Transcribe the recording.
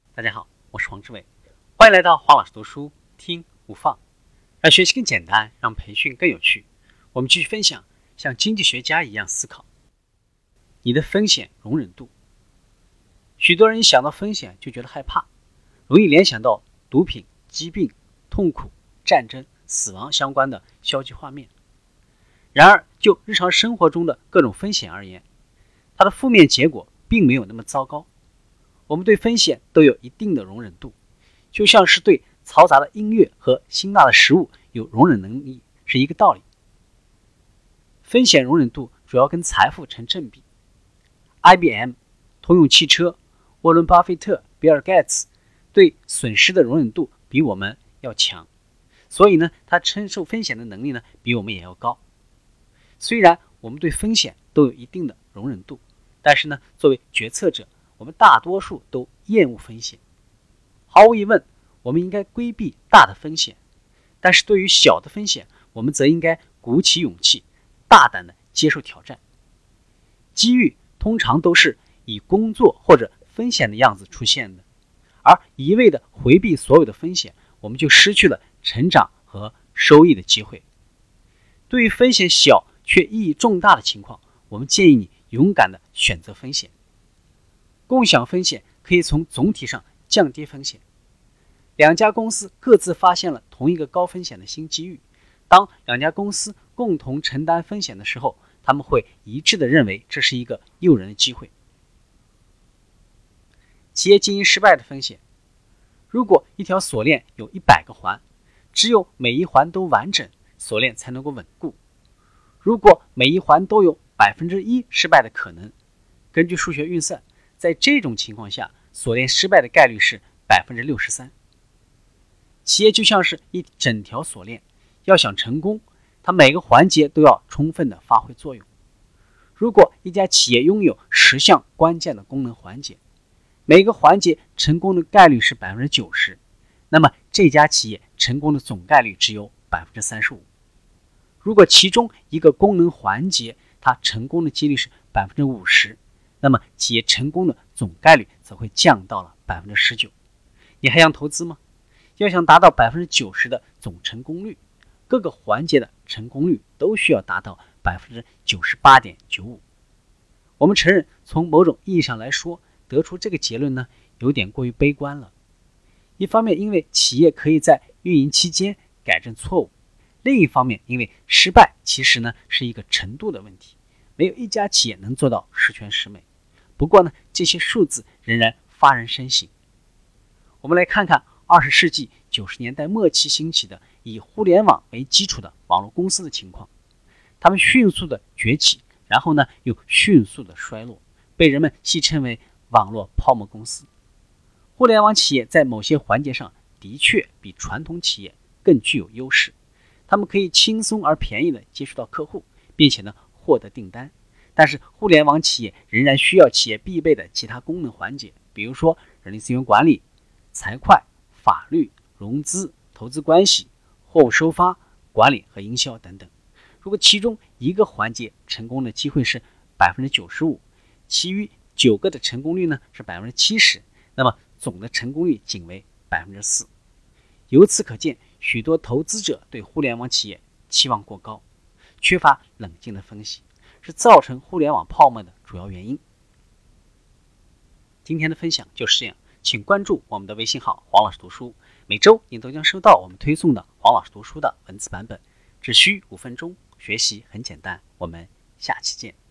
大家好，我是黄志伟，欢迎来到黄老师读书听无放，让学习更简单，让培训更有趣。我们继续分享像经济学家一样思考你的风险容忍度。许多人一想到风险就觉得害怕，容易联想到毒品、疾病、痛苦、战争、死亡相关的消极画面。然而就日常生活中的各种风险而言，它的负面结果并没有那么糟糕。我们对风险都有一定的容忍度，就像是对嘈杂的音乐和辛辣的食物有容忍能力是一个道理。风险容忍度主要跟财富成正比。IBM、通用汽车、沃伦·巴菲特、比尔·盖茨对损失的容忍度比我们要强，所以呢，他承受风险的能力呢比我们也要高。虽然我们对风险都有一定的容忍度，但是呢，作为决策者，我们大多数都厌恶风险。毫无疑问，我们应该规避大的风险，但是对于小的风险，我们则应该鼓起勇气，大胆地接受挑战。机遇通常都是以工作或者风险的样子出现的，而一味地回避所有的风险，我们就失去了成长和收益的机会。对于风险小却意义重大的情况，我们建议你勇敢地选择风险。共享风险可以从总体上降低风险。两家公司各自发现了同一个高风险的新机遇，当两家公司共同承担风险的时候，他们会一致地认为这是一个诱人的机会。企业经营失败的风险。如果一条锁链有100个环，只有每一环都完整，锁链才能够稳固。如果每一环都有1%失败的可能，根据数学运算，在这种情况下，锁链失败的概率是63%。企业就像是一整条锁链，要想成功，它每个环节都要充分的发挥作用。如果一家企业拥有10项关键的功能环节，每个环节成功的概率是90%，那么这家企业成功的总概率只有35%。如果其中一个功能环节它成功的几率是50%，那么企业成功的总概率则会降到了19%。你还想投资吗？要想达到90%的总成功率，各个环节的成功率都需要达到98.95%。我们承认，从某种意义上来说，得出这个结论呢，有点过于悲观了。一方面，因为企业可以在运营期间改正错误；另一方面，因为失败其实呢是一个程度的问题，没有一家企业能做到十全十美。不过呢，这些数字仍然发人深省。我们来看看20世纪90年代末期兴起的以互联网为基础的网络公司的情况。他们迅速的崛起，然后呢又迅速的衰落，被人们戏称为网络泡沫公司。互联网企业在某些环节上的确比传统企业更具有优势，他们可以轻松而便宜的接触到客户，并且呢获得订单。但是互联网企业仍然需要企业必备的其他功能环节，比如说人力资源管理、财会、法律、融资、投资关系、货物收发、管理和营销等等。如果其中一个环节成功的机会是95%，其余9个的成功率呢是70%，那么总的成功率仅为4%。由此可见，许多投资者对互联网企业期望过高，缺乏冷静的分析，是造成互联网泡沫的主要原因。今天的分享就是这样，请关注我们的微信号黄老师读书，每周你都将收到我们推送的黄老师读书的文字版本，只需5分钟，学习很简单。我们下期见。